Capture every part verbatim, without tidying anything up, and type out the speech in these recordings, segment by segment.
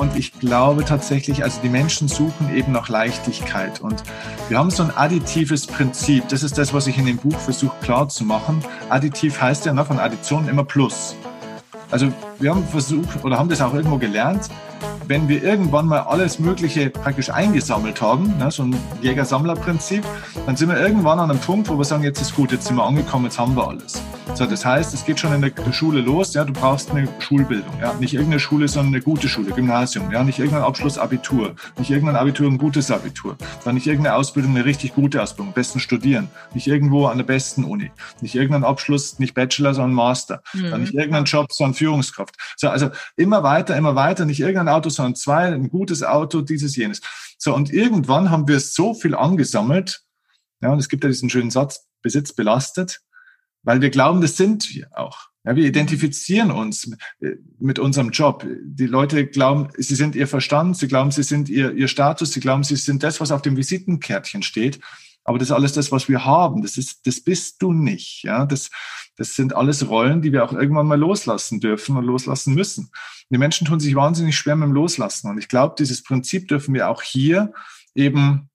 und ich glaube tatsächlich, also die Menschen suchen eben nach Leichtigkeit und wir haben so ein additives Prinzip. Das ist das, was ich in dem Buch versuche klar zu machen. Additiv heißt ja, ne, von Addition immer Plus. Also wir haben versucht oder haben das auch irgendwo gelernt, wenn wir irgendwann mal alles Mögliche praktisch eingesammelt haben, ne, so ein Jäger-Sammler-Prinzip, dann sind wir irgendwann an einem Punkt, wo wir sagen, jetzt ist gut, jetzt sind wir angekommen, jetzt haben wir alles. So, das heißt, es geht schon in der Schule los, ja, du brauchst eine Schulbildung, ja, nicht irgendeine Schule, sondern eine gute Schule, Gymnasium, ja, nicht irgendein Abschluss, Abitur, nicht irgendein Abitur, ein gutes Abitur, dann nicht irgendeine Ausbildung, eine richtig gute Ausbildung, am besten studieren, nicht irgendwo an der besten Uni, nicht irgendein Abschluss, nicht Bachelor, sondern Master, mhm. dann nicht irgendein Job, sondern Führungskraft. So, also immer weiter, immer weiter, nicht irgendein Auto, sondern zwei, ein gutes Auto, dieses, jenes. So, und irgendwann haben wir so viel angesammelt, ja, und es gibt ja diesen schönen Satz, Besitz belastet, weil wir glauben, das sind wir auch. Ja, wir identifizieren uns mit unserem Job. Die Leute glauben, sie sind ihr Verstand, sie glauben, sie sind ihr, ihr Status, sie glauben, sie sind das, was auf dem Visitenkärtchen steht. Aber das ist alles das, was wir haben. Das ist, das bist du nicht. Ja, das, das sind alles Rollen, die wir auch irgendwann mal loslassen dürfen und loslassen müssen. Die Menschen tun sich wahnsinnig schwer mit dem Loslassen. Und ich glaube, dieses Prinzip dürfen wir auch hier eben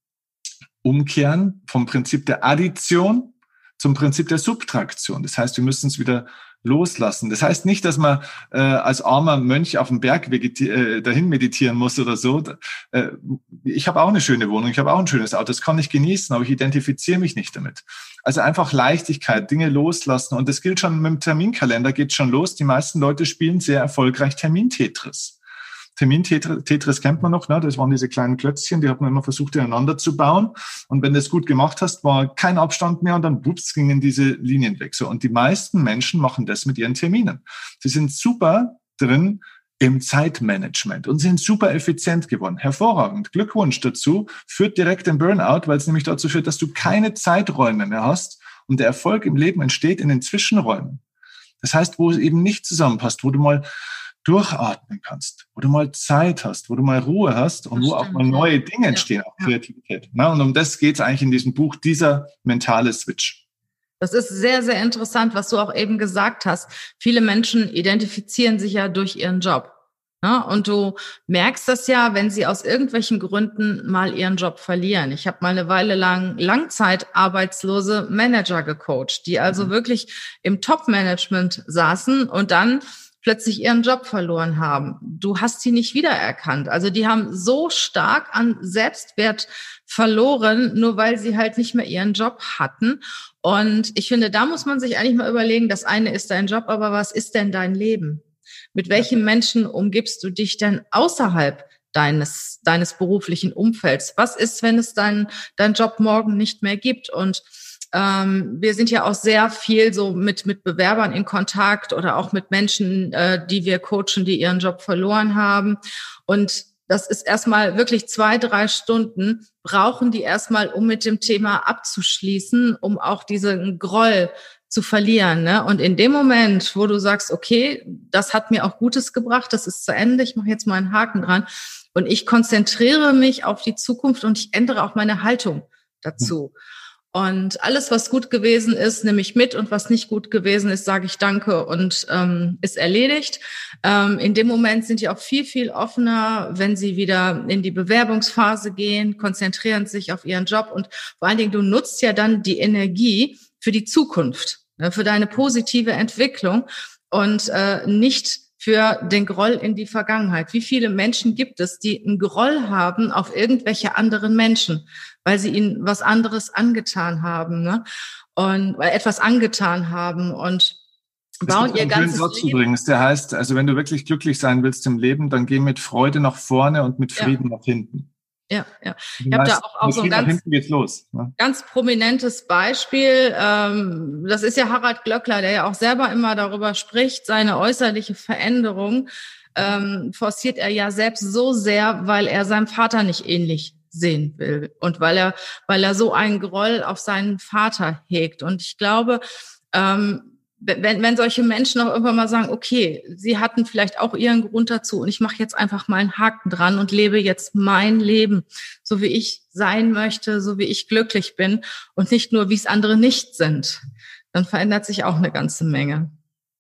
umkehren vom Prinzip der Addition zum Prinzip der Subtraktion. Das heißt, wir müssen es wieder loslassen. Das heißt nicht, dass man äh, als armer Mönch auf dem Berg vegeti- äh, dahin meditieren muss oder so. Äh, ich habe auch eine schöne Wohnung, ich habe auch ein schönes Auto, das kann ich genießen, aber ich identifiziere mich nicht damit. Also einfach Leichtigkeit, Dinge loslassen. Und das gilt schon mit dem Terminkalender, geht schon los. Die meisten Leute spielen sehr erfolgreich Termin-Tetris. Termin-Tetris kennt man noch, ne? Das waren diese kleinen Klötzchen, die hat man immer versucht, ineinander zu bauen. Und wenn du das gut gemacht hast, war kein Abstand mehr und dann wups, gingen diese Linien weg. So, und die meisten Menschen machen das mit ihren Terminen. Sie sind super drin im Zeitmanagement und sind super effizient geworden. Hervorragend. Glückwunsch dazu. Führt direkt den Burnout, weil es nämlich dazu führt, dass du keine Zeiträume mehr hast und der Erfolg im Leben entsteht in den Zwischenräumen. Das heißt, wo es eben nicht zusammenpasst, wo du mal durchatmen kannst, wo du mal Zeit hast, wo du mal Ruhe hast und das wo stimmt, auch mal neue ja. Dinge entstehen, ja, auch Kreativität. Ja. Und um das geht es eigentlich in diesem Buch, dieser mentale Switch. Das ist sehr, sehr interessant, was du auch eben gesagt hast. Viele Menschen identifizieren sich ja durch ihren Job. Ja, und du merkst das ja, wenn sie aus irgendwelchen Gründen mal ihren Job verlieren. Ich habe mal eine Weile lang langzeitarbeitslose Manager gecoacht, die also mhm. wirklich im Top-Management saßen und dann plötzlich ihren Job verloren haben. Du hast sie nicht wiedererkannt. Also die haben so stark an Selbstwert verloren, nur weil sie halt nicht mehr ihren Job hatten. Und ich finde, da muss man sich eigentlich mal überlegen, das eine ist dein Job, aber was ist denn dein Leben? Mit welchen Menschen umgibst du dich denn außerhalb deines, deines beruflichen Umfelds? Was ist, wenn es deinen, deinen Job morgen nicht mehr gibt? Und Ähm, wir sind ja auch sehr viel so mit mit Bewerbern in Kontakt oder auch mit Menschen, äh, die wir coachen, die ihren Job verloren haben. Und das ist erstmal wirklich zwei, drei Stunden brauchen die erstmal, um mit dem Thema abzuschließen, um auch diesen Groll zu verlieren, ne? Und in dem Moment, wo du sagst, okay, das hat mir auch Gutes gebracht, das ist zu Ende, ich mache jetzt mal einen Haken dran und ich konzentriere mich auf die Zukunft und ich ändere auch meine Haltung dazu. Mhm. Und alles, was gut gewesen ist, nehme ich mit und was nicht gut gewesen ist, sage ich Danke und ähm, ist erledigt. Ähm, in dem Moment sind die auch viel, viel offener, wenn sie wieder in die Bewerbungsphase gehen, konzentrieren sich auf ihren Job und vor allen Dingen, du nutzt ja dann die Energie für die Zukunft, ne, für deine positive Entwicklung und äh, nicht für den Groll in die Vergangenheit. Wie viele Menschen gibt es, die einen Groll haben auf irgendwelche anderen Menschen, weil sie ihnen was anderes angetan haben, ne? Und weil etwas angetan haben und bauen ihr ganzes Satz Leben. Übrigens, der heißt, also wenn du wirklich glücklich sein willst im Leben, dann geh mit Freude nach vorne und mit Frieden ja. nach hinten. Ja, ja. Ich habe da auch, auch so ein ganz, los, ne? ganz prominentes Beispiel. Ähm, das ist ja Harald Glöckler, der ja auch selber immer darüber spricht, seine äußerliche Veränderung ähm, forciert er ja selbst so sehr, weil er seinem Vater nicht ähnlich sehen will und weil er, weil er so einen Groll auf seinen Vater hegt. Und ich glaube, ähm, wenn, wenn solche Menschen auch irgendwann mal sagen, okay, sie hatten vielleicht auch ihren Grund dazu und ich mache jetzt einfach mal einen Haken dran und lebe jetzt mein Leben, so wie ich sein möchte, so wie ich glücklich bin und nicht nur, wie es andere nicht sind, dann verändert sich auch eine ganze Menge.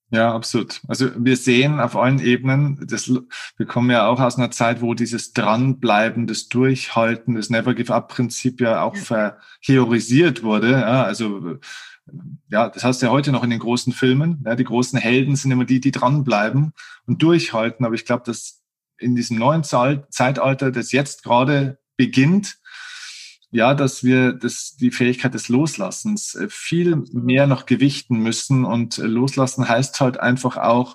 Ja, absolut. Also wir sehen auf allen Ebenen, das, wir kommen ja auch aus einer Zeit, wo dieses Dranbleiben, das Durchhalten, das Never-Give-Up-Prinzip ja auch Ja. verheorisiert wurde. Ja, also ja, das heißt ja heute noch in den großen Filmen. Ja, die großen Helden sind immer die, die dranbleiben und durchhalten. Aber ich glaube, dass in diesem neuen Zeitalter, das jetzt gerade beginnt, ja, dass wir das, die Fähigkeit des Loslassens viel mehr noch gewichten müssen. Und loslassen heißt halt einfach auch,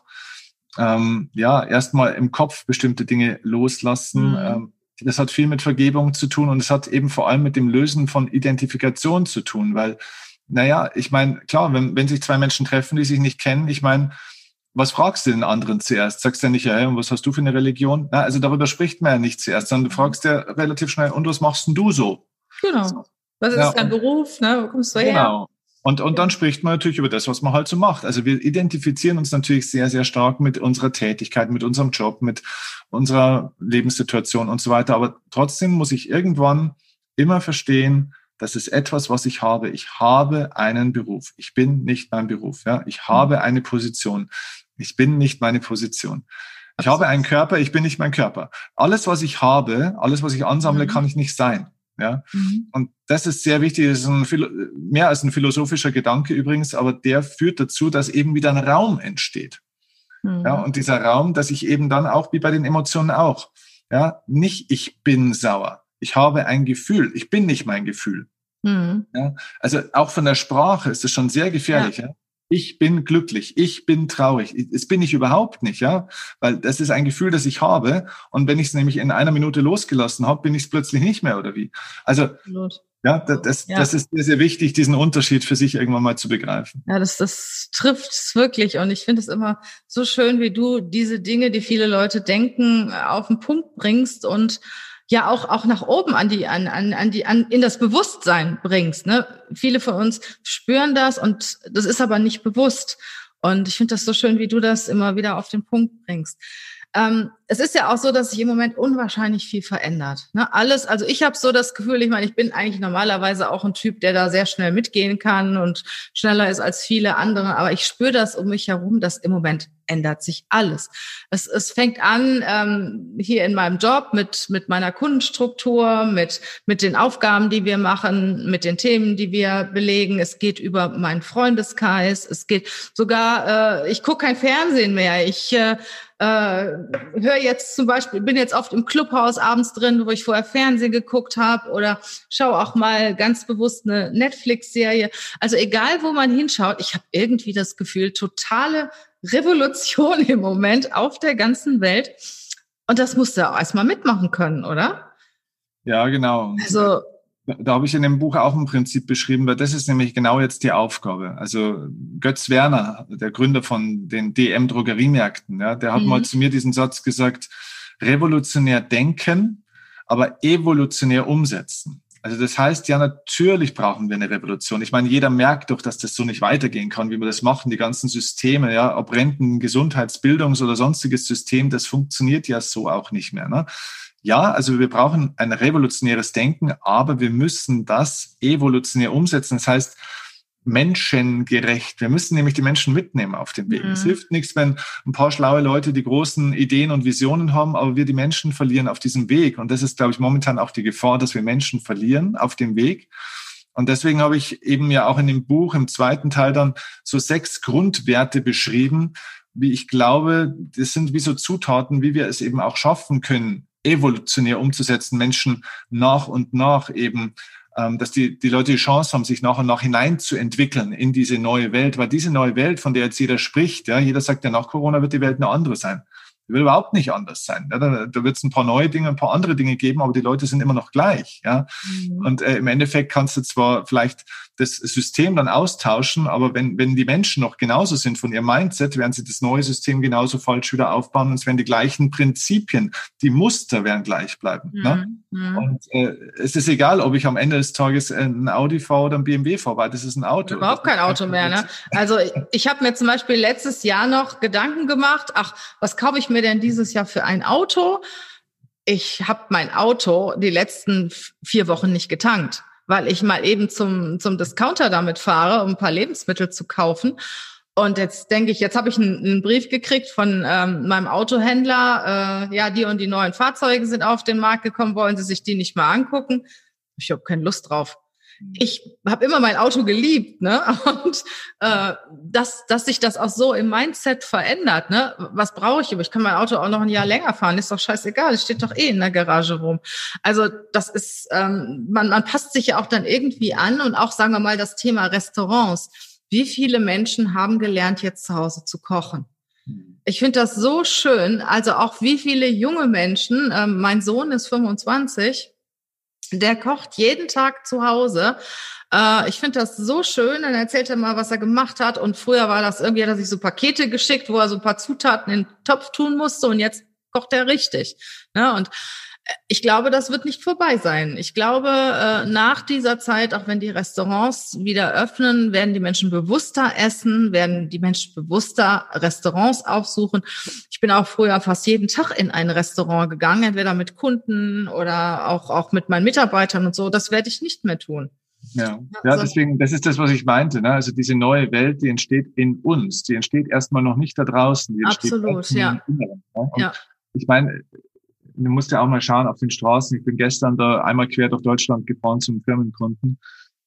ähm, ja, erstmal im Kopf bestimmte Dinge loslassen. Mhm. Ähm, das hat viel mit Vergebung zu tun und es hat eben vor allem mit dem Lösen von Identifikation zu tun, weil, naja, ich meine, klar, wenn, wenn sich zwei Menschen treffen, die sich nicht kennen, ich meine, was fragst du den anderen zuerst? Sagst du ja nicht, ja, hey, und was hast du für eine Religion? Na, also darüber spricht man ja nicht zuerst, sondern du fragst ja relativ schnell, und was machst denn du so? Genau. Was ist Ja, dein und, Beruf? Ne? Wo kommst du her? genau. Und, und dann spricht man natürlich über das, was man halt so macht. Also wir identifizieren uns natürlich sehr, sehr stark mit unserer Tätigkeit, mit unserem Job, mit unserer Lebenssituation und so weiter. Aber trotzdem muss ich irgendwann immer verstehen, das ist etwas, was ich habe. Ich habe einen Beruf. Ich bin nicht mein Beruf. Ja? Ich habe eine Position. Ich bin nicht meine Position. Ich habe einen Körper. Ich bin nicht mein Körper. Alles, was ich habe, alles, was ich ansammle, Mhm. kann ich nicht sein. Ja, Mhm. und das ist sehr wichtig. Das ist ein, mehr als ein philosophischer Gedanke übrigens, aber der führt dazu, dass eben wieder ein Raum entsteht. Mhm. Ja, und dieser Raum, dass ich eben dann auch, wie bei den Emotionen auch, ja, nicht ich bin sauer. Ich habe ein Gefühl. Ich bin nicht mein Gefühl. Mhm. Ja, also auch von der Sprache ist es schon sehr gefährlich. Ja. Ja. Ich bin glücklich, ich bin traurig. Das bin ich überhaupt nicht, ja, weil das ist ein Gefühl, das ich habe. Und wenn ich es nämlich in einer Minute losgelassen habe, bin ich es plötzlich nicht mehr, oder wie? Also, Absolut. ja, das, Ja. das ist sehr, sehr wichtig, diesen Unterschied für sich irgendwann mal zu begreifen. Ja, das, das trifft es wirklich. Und ich finde es immer so schön, wie du diese Dinge, die viele Leute denken, auf den Punkt bringst und ja auch auch nach oben an die an an an die an in das Bewusstsein bringst. Ne? Viele von uns spüren das und das ist aber nicht bewusst. Und ich finde das so schön, wie du das immer wieder auf den Punkt bringst. Ähm, es ist ja auch so, dass sich im Moment unwahrscheinlich viel verändert. Ne? Alles, also ich habe so das Gefühl, ich meine, ich bin eigentlich normalerweise auch ein Typ, der da sehr schnell mitgehen kann und schneller ist als viele andere, aber ich spüre das um mich herum, dass im Moment ändert sich alles. Es, es fängt an ähm, hier in meinem Job mit mit meiner Kundenstruktur, mit mit den Aufgaben, die wir machen, mit den Themen, die wir belegen. Es geht über meinen Freundeskreis. Es geht sogar, äh, ich gucke kein Fernsehen mehr. Ich äh, äh, höre jetzt zum Beispiel, bin jetzt oft im Clubhaus abends drin, wo ich vorher Fernsehen geguckt habe oder schaue auch mal ganz bewusst eine Netflix-Serie. Also egal, wo man hinschaut, ich habe irgendwie das Gefühl, totale Revolution im Moment auf der ganzen Welt. Und das musst du auch erstmal mitmachen können, oder? Ja, genau. Also, da, da habe ich in dem Buch auch ein Prinzip beschrieben, weil das ist nämlich genau jetzt die Aufgabe. Also Götz Werner, der Gründer von den D M-Drogeriemärkten, ja, der hat Mhm. mal zu mir diesen Satz gesagt, revolutionär denken, aber evolutionär umsetzen. Also das heißt, ja, natürlich brauchen wir eine Revolution. Ich meine, jeder merkt doch, dass das so nicht weitergehen kann, wie wir das machen. Die ganzen Systeme, ja, ob Renten, Gesundheits-, Bildungs- oder sonstiges System, das funktioniert ja so auch nicht mehr. Ne? Ja, also wir brauchen ein revolutionäres Denken, aber wir müssen das evolutionär umsetzen. Das heißt, menschengerecht. Wir müssen nämlich die Menschen mitnehmen auf dem Weg. Mhm. Es hilft nichts, wenn ein paar schlaue Leute die großen Ideen und Visionen haben, aber wir die Menschen verlieren auf diesem Weg. Und das ist, glaube ich, momentan auch die Gefahr, dass wir Menschen verlieren auf dem Weg. Und deswegen habe ich eben ja auch in dem Buch im zweiten Teil dann so sechs Grundwerte beschrieben, wie ich glaube, das sind wie so Zutaten, wie wir es eben auch schaffen können, evolutionär umzusetzen, Menschen nach und nach eben, dass die, die Leute die Chance haben, sich nach und nach hineinzuentwickeln in diese neue Welt. Weil diese neue Welt, von der jetzt jeder spricht, ja, jeder sagt ja, nach Corona wird die Welt eine andere sein. Die wird überhaupt nicht anders sein. Ja, da da wird es ein paar neue Dinge, ein paar andere Dinge geben, aber die Leute sind immer noch gleich. Ja. Mhm. Und äh, im Endeffekt kannst du zwar vielleicht das System dann austauschen, aber wenn, wenn die Menschen noch genauso sind von ihrem Mindset, werden sie das neue System genauso falsch wieder aufbauen und es werden die gleichen Prinzipien, die Muster werden gleich bleiben. Mhm. Ne? Mhm. Und äh, es ist egal, ob ich am Ende des Tages ein Audi fahre oder ein B M W fahre, weil das ist ein Auto. Überhaupt kein Auto mehr, ne? Also ich, ich habe mir zum Beispiel letztes Jahr noch Gedanken gemacht, ach, was kaufe ich mir denn dieses Jahr für ein Auto? Ich habe mein Auto die letzten vier Wochen nicht getankt, weil ich mal eben zum zum Discounter damit fahre, um ein paar Lebensmittel zu kaufen. Und jetzt denke ich, jetzt habe ich einen, einen Brief gekriegt von ähm, meinem Autohändler, äh, ja, die und die neuen Fahrzeuge sind auf den Markt gekommen, wollen Sie sich die nicht mal angucken? Ich habe keine Lust drauf. Ich habe immer mein Auto geliebt, ne? Und äh, dass, dass sich das auch so im Mindset verändert, ne? Was brauche ich? Aber ich kann mein Auto auch noch ein Jahr länger fahren, ist doch scheißegal, es steht doch eh in der Garage rum. Also das ist, ähm, man, man passt sich ja auch dann irgendwie an und auch, sagen wir mal, das Thema Restaurants. Wie viele Menschen haben gelernt, jetzt zu Hause zu kochen? Ich finde das so schön. Also auch wie viele junge Menschen, ähm, mein Sohn ist fünfundzwanzig, der kocht jeden Tag zu Hause. Äh, ich finde das so schön. Dann erzählt er mal, was er gemacht hat. Und früher war das irgendwie, hat er sich so Pakete geschickt, wo er so ein paar Zutaten in den Topf tun musste. Und jetzt kocht er richtig. Ne? Und ich glaube, das wird nicht vorbei sein. Ich glaube, äh, nach dieser Zeit, auch wenn die Restaurants wieder öffnen, werden die Menschen bewusster essen, werden die Menschen bewusster Restaurants aufsuchen. Ich bin auch früher fast jeden Tag in ein Restaurant gegangen, entweder mit Kunden oder auch, auch mit meinen Mitarbeitern und so. Das werde ich nicht mehr tun. Ja, ja, deswegen, das ist das, was ich meinte, ne? Also diese neue Welt, die entsteht in uns. Die entsteht erstmal noch nicht da draußen. Die entsteht Absolut, ja. im Inneren, ne? Und ja. Ich meine, du musst ja auch mal schauen auf den Straßen. Ich bin gestern da einmal quer durch Deutschland gefahren zum Firmenkunden.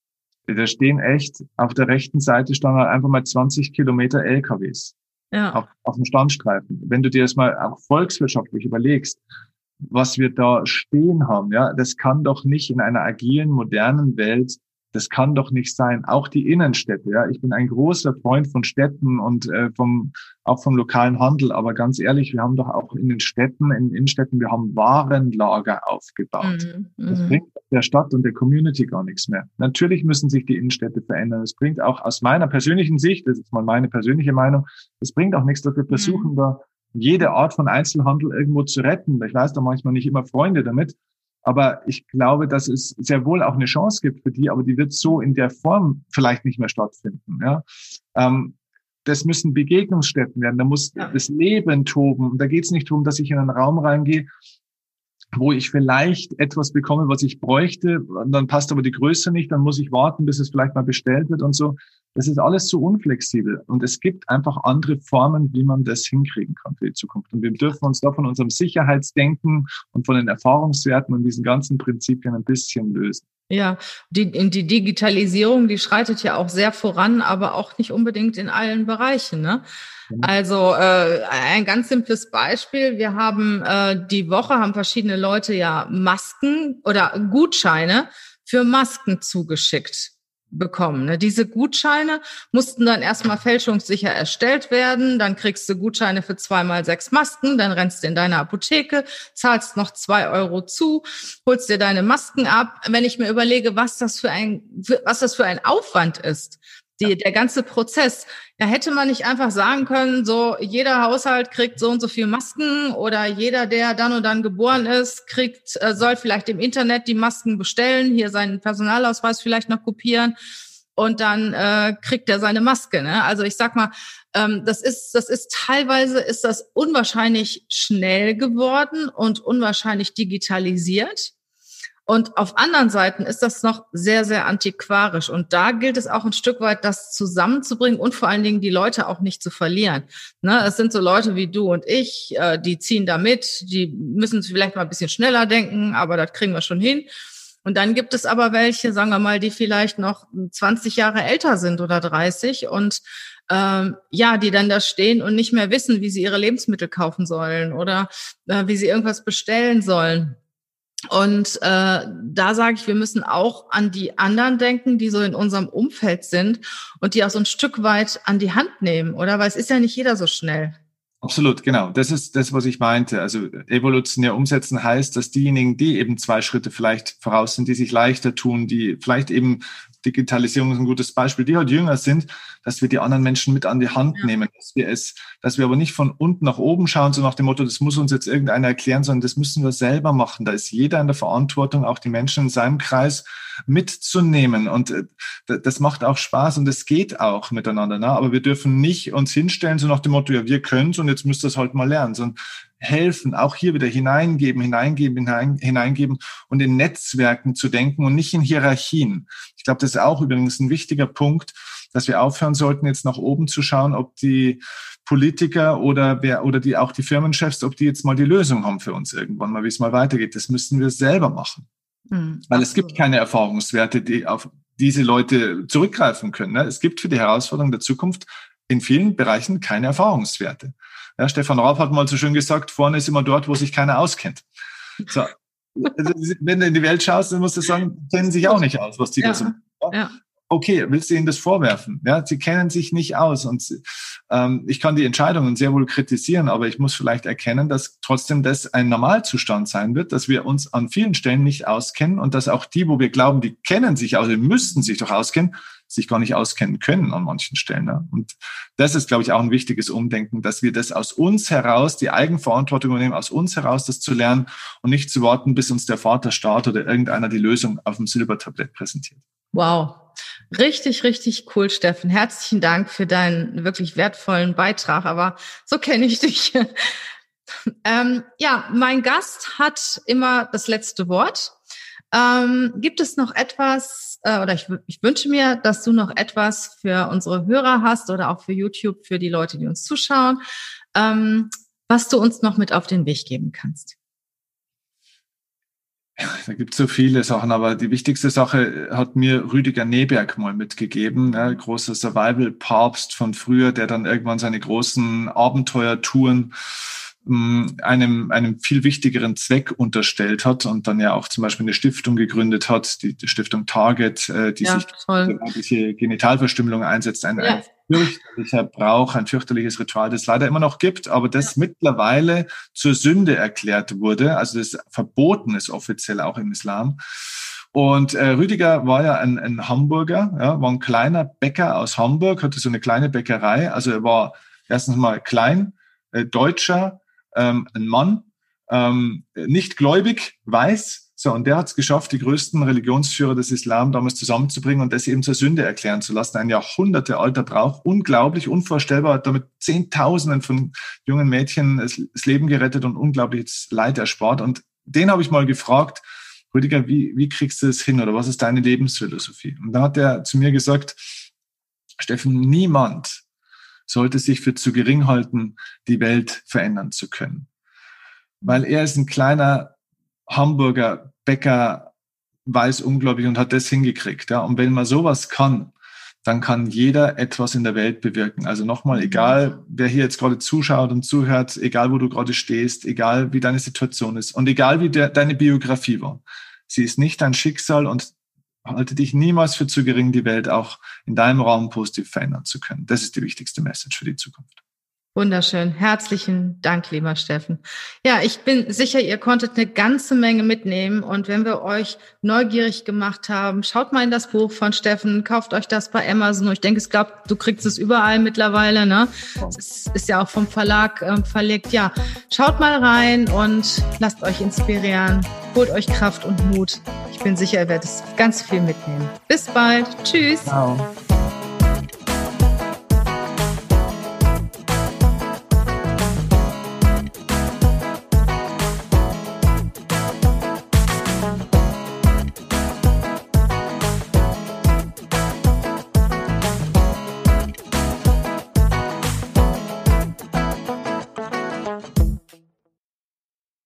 Da stehen echt, auf der rechten Seite standen halt einfach mal zwanzig Kilometer L K Ws. Ja. Auf, auf dem Standstreifen. Wenn du dir das mal auch volkswirtschaftlich überlegst, was wir da stehen haben, ja, das kann doch nicht in einer agilen, modernen Welt, das kann doch nicht sein. Auch die Innenstädte, ja. Ich bin ein großer Freund von Städten und äh, vom auch vom lokalen Handel. Aber ganz ehrlich, wir haben doch auch in den Städten, in den Innenstädten, wir haben Warenlager aufgebaut. Mhm. Das bringt der Stadt und der Community gar nichts mehr. Natürlich müssen sich die Innenstädte verändern. Es bringt auch aus meiner persönlichen Sicht, das ist mal meine persönliche Meinung, es bringt auch nichts, dass wir versuchen, mhm. da jede Art von Einzelhandel irgendwo zu retten. Ich weiß da manchmal nicht immer Freunde damit. Aber ich glaube, dass es sehr wohl auch eine Chance gibt für die, aber die wird so in der Form vielleicht nicht mehr stattfinden. Ja, ähm, das müssen Begegnungsstätten werden. Da muss ja. das Leben toben. Und da geht es nicht darum, dass ich in einen Raum reingehe, wo ich vielleicht etwas bekomme, was ich bräuchte. Und dann passt aber die Größe nicht. Dann muss ich warten, bis es vielleicht mal bestellt wird und so. Das ist alles so unflexibel. Und es gibt einfach andere Formen, wie man das hinkriegen kann für die Zukunft. Und wir dürfen uns da von unserem Sicherheitsdenken und von den Erfahrungswerten und diesen ganzen Prinzipien ein bisschen lösen. Ja, die, die Digitalisierung, die schreitet ja auch sehr voran, aber auch nicht unbedingt in allen Bereichen, ne? Also äh, ein ganz simples Beispiel. Wir haben äh, die Woche, haben verschiedene Leute ja Masken oder Gutscheine für Masken zugeschickt bekommen. Ne? Diese Gutscheine mussten dann erstmal fälschungssicher erstellt werden. Dann kriegst du Gutscheine für zweimal sechs Masken. Dann rennst du in deine Apotheke, zahlst noch zwei Euro zu, holst dir deine Masken ab. Wenn ich mir überlege, was das für ein, was das für ein Aufwand ist, die, der ganze Prozess, da hätte man nicht einfach sagen können, so jeder Haushalt kriegt so und so viel Masken oder jeder, der dann und dann geboren ist, kriegt, äh, soll vielleicht im Internet die Masken bestellen, hier seinen Personalausweis vielleicht noch kopieren und dann äh, kriegt er seine Maske. Ne? Also ich sag mal, ähm, das ist, das ist teilweise ist das unwahrscheinlich schnell geworden und unwahrscheinlich digitalisiert. Und auf anderen Seiten ist das noch sehr, sehr antiquarisch. Und da gilt es auch ein Stück weit, das zusammenzubringen und vor allen Dingen die Leute auch nicht zu verlieren. Ne, es sind so Leute wie du und ich, äh, die ziehen da mit, die müssen vielleicht mal ein bisschen schneller denken, aber das kriegen wir schon hin. Und dann gibt es aber welche, sagen wir mal, die vielleicht noch zwanzig Jahre älter sind oder dreißig und ähm, ja, die dann da stehen und nicht mehr wissen, wie sie ihre Lebensmittel kaufen sollen oder äh, wie sie irgendwas bestellen sollen. Und äh, da sage ich, wir müssen auch an die anderen denken, die so in unserem Umfeld sind und die auch so ein Stück weit an die Hand nehmen, oder? Weil es ist ja nicht jeder so schnell. Absolut, genau. Das ist das, was ich meinte. Also evolutionär umsetzen heißt, dass diejenigen, die eben zwei Schritte vielleicht voraus sind, die sich leichter tun, die vielleicht eben, Digitalisierung ist ein gutes Beispiel, die halt jünger sind, dass wir die anderen Menschen mit an die Hand ja. nehmen, dass wir es, dass wir aber nicht von unten nach oben schauen, so nach dem Motto, das muss uns jetzt irgendeiner erklären, sondern das müssen wir selber machen. Da ist jeder in der Verantwortung, auch die Menschen in seinem Kreis mitzunehmen. Und das macht auch Spaß und es geht auch miteinander. Ne? Aber wir dürfen nicht uns hinstellen, so nach dem Motto, ja, wir können es und jetzt müsst ihr es halt mal lernen, sondern helfen, auch hier wieder hineingeben, hineingeben, hinein, hineingeben und in Netzwerken zu denken und nicht in Hierarchien. Ich glaube, das ist auch übrigens ein wichtiger Punkt. dass wir aufhören sollten, jetzt nach oben zu schauen, ob die Politiker oder wer oder die auch die Firmenchefs, ob die jetzt mal die Lösung haben für uns irgendwann mal, wie es mal weitergeht. Das müssen wir selber machen. Mhm, Weil absolut. Es gibt keine Erfahrungswerte, die auf diese Leute zurückgreifen können. Es gibt für die Herausforderung der Zukunft in vielen Bereichen keine Erfahrungswerte. Ja, Stefan Raab hat mal so schön gesagt, vorne ist immer dort, wo sich keiner auskennt. So, also, wenn du in die Welt schaust, dann musst du sagen, kennen sich auch nicht aus, was die ja, da so machen. Ja? Ja. Okay, willst du ihnen das vorwerfen? Ja, sie kennen sich nicht aus und ähm, ich kann die Entscheidungen sehr wohl kritisieren, aber ich muss vielleicht erkennen, dass trotzdem das ein Normalzustand sein wird, dass wir uns an vielen Stellen nicht auskennen und dass auch die, wo wir glauben, die kennen sich aus, die müssten sich doch auskennen, sich gar nicht auskennen können an manchen Stellen. Ne? Und das ist, glaube ich, auch ein wichtiges Umdenken, dass wir das aus uns heraus, die Eigenverantwortung übernehmen, aus uns heraus das zu lernen und nicht zu warten, bis uns der Vaterstaat oder irgendeiner die Lösung auf dem Silbertablett präsentiert. Wow. Richtig, richtig cool, Steffen. Herzlichen Dank für deinen wirklich wertvollen Beitrag, aber so kenne ich dich. ähm, ja, mein Gast hat immer das letzte Wort. Ähm, gibt es noch etwas, äh, oder ich, ich wünsche mir, dass du noch etwas für unsere Hörer hast oder auch für YouTube, für die Leute, die uns zuschauen, ähm, was du uns noch mit auf den Weg geben kannst. Da gibt es so viele Sachen, aber die wichtigste Sache hat mir Rüdiger Neberg mal mitgegeben, ne, großer Survival-Papst von früher, der dann irgendwann seine großen Abenteuertouren mh, einem einem viel wichtigeren Zweck unterstellt hat und dann ja auch zum Beispiel eine Stiftung gegründet hat, die, die Stiftung Target, äh, die ja, sich für diese Genitalverstümmelung einsetzt. Ein, ja. ein fürchterlicher Brauch, ein fürchterliches Ritual, das es leider immer noch gibt, aber das ja. mittlerweile zur Sünde erklärt wurde. Also das verboten ist offiziell auch im Islam. Und äh, Rüdiger war ja ein, ein Hamburger, ja, war ein kleiner Bäcker aus Hamburg, hatte so eine kleine Bäckerei. Also er war erstens mal klein, äh, Deutscher, ähm, ein Mann, ähm, nicht gläubig, weiß. So, und der hat es geschafft, die größten Religionsführer des Islam damals zusammenzubringen und das eben zur Sünde erklären zu lassen. Ein jahrhundertealter Brauch, unglaublich, unvorstellbar, hat damit Zehntausenden von jungen Mädchen das Leben gerettet und unglaubliches Leid erspart. Und den habe ich mal gefragt, Rüdiger, wie, wie kriegst du das hin oder was ist deine Lebensphilosophie? Und da hat er zu mir gesagt, Steffen, niemand sollte sich für zu gering halten, die Welt verändern zu können. Weil er ist ein kleiner Hamburger Bäcker, weiß unglaublich und hat das hingekriegt. Ja. Und wenn man sowas kann, dann kann jeder etwas in der Welt bewirken. Also nochmal, egal wer hier jetzt gerade zuschaut und zuhört, egal wo du gerade stehst, egal wie deine Situation ist und egal wie der, deine Biografie war. Sie ist nicht dein Schicksal und halte dich niemals für zu gering, die Welt auch in deinem Raum positiv verändern zu können. Das ist die wichtigste Message für die Zukunft. Wunderschön. Herzlichen Dank, lieber Steffen. Ja, ich bin sicher, ihr konntet eine ganze Menge mitnehmen. Und wenn wir euch neugierig gemacht haben, schaut mal in das Buch von Steffen, kauft euch das bei Amazon. Ich denke, ich glaube, du kriegst es überall mittlerweile, ne? Es ist ja auch vom Verlag äh, verlegt. Ja, schaut mal rein und lasst euch inspirieren. Holt euch Kraft und Mut. Ich bin sicher, ihr werdet ganz viel mitnehmen. Bis bald. Tschüss. Ciao.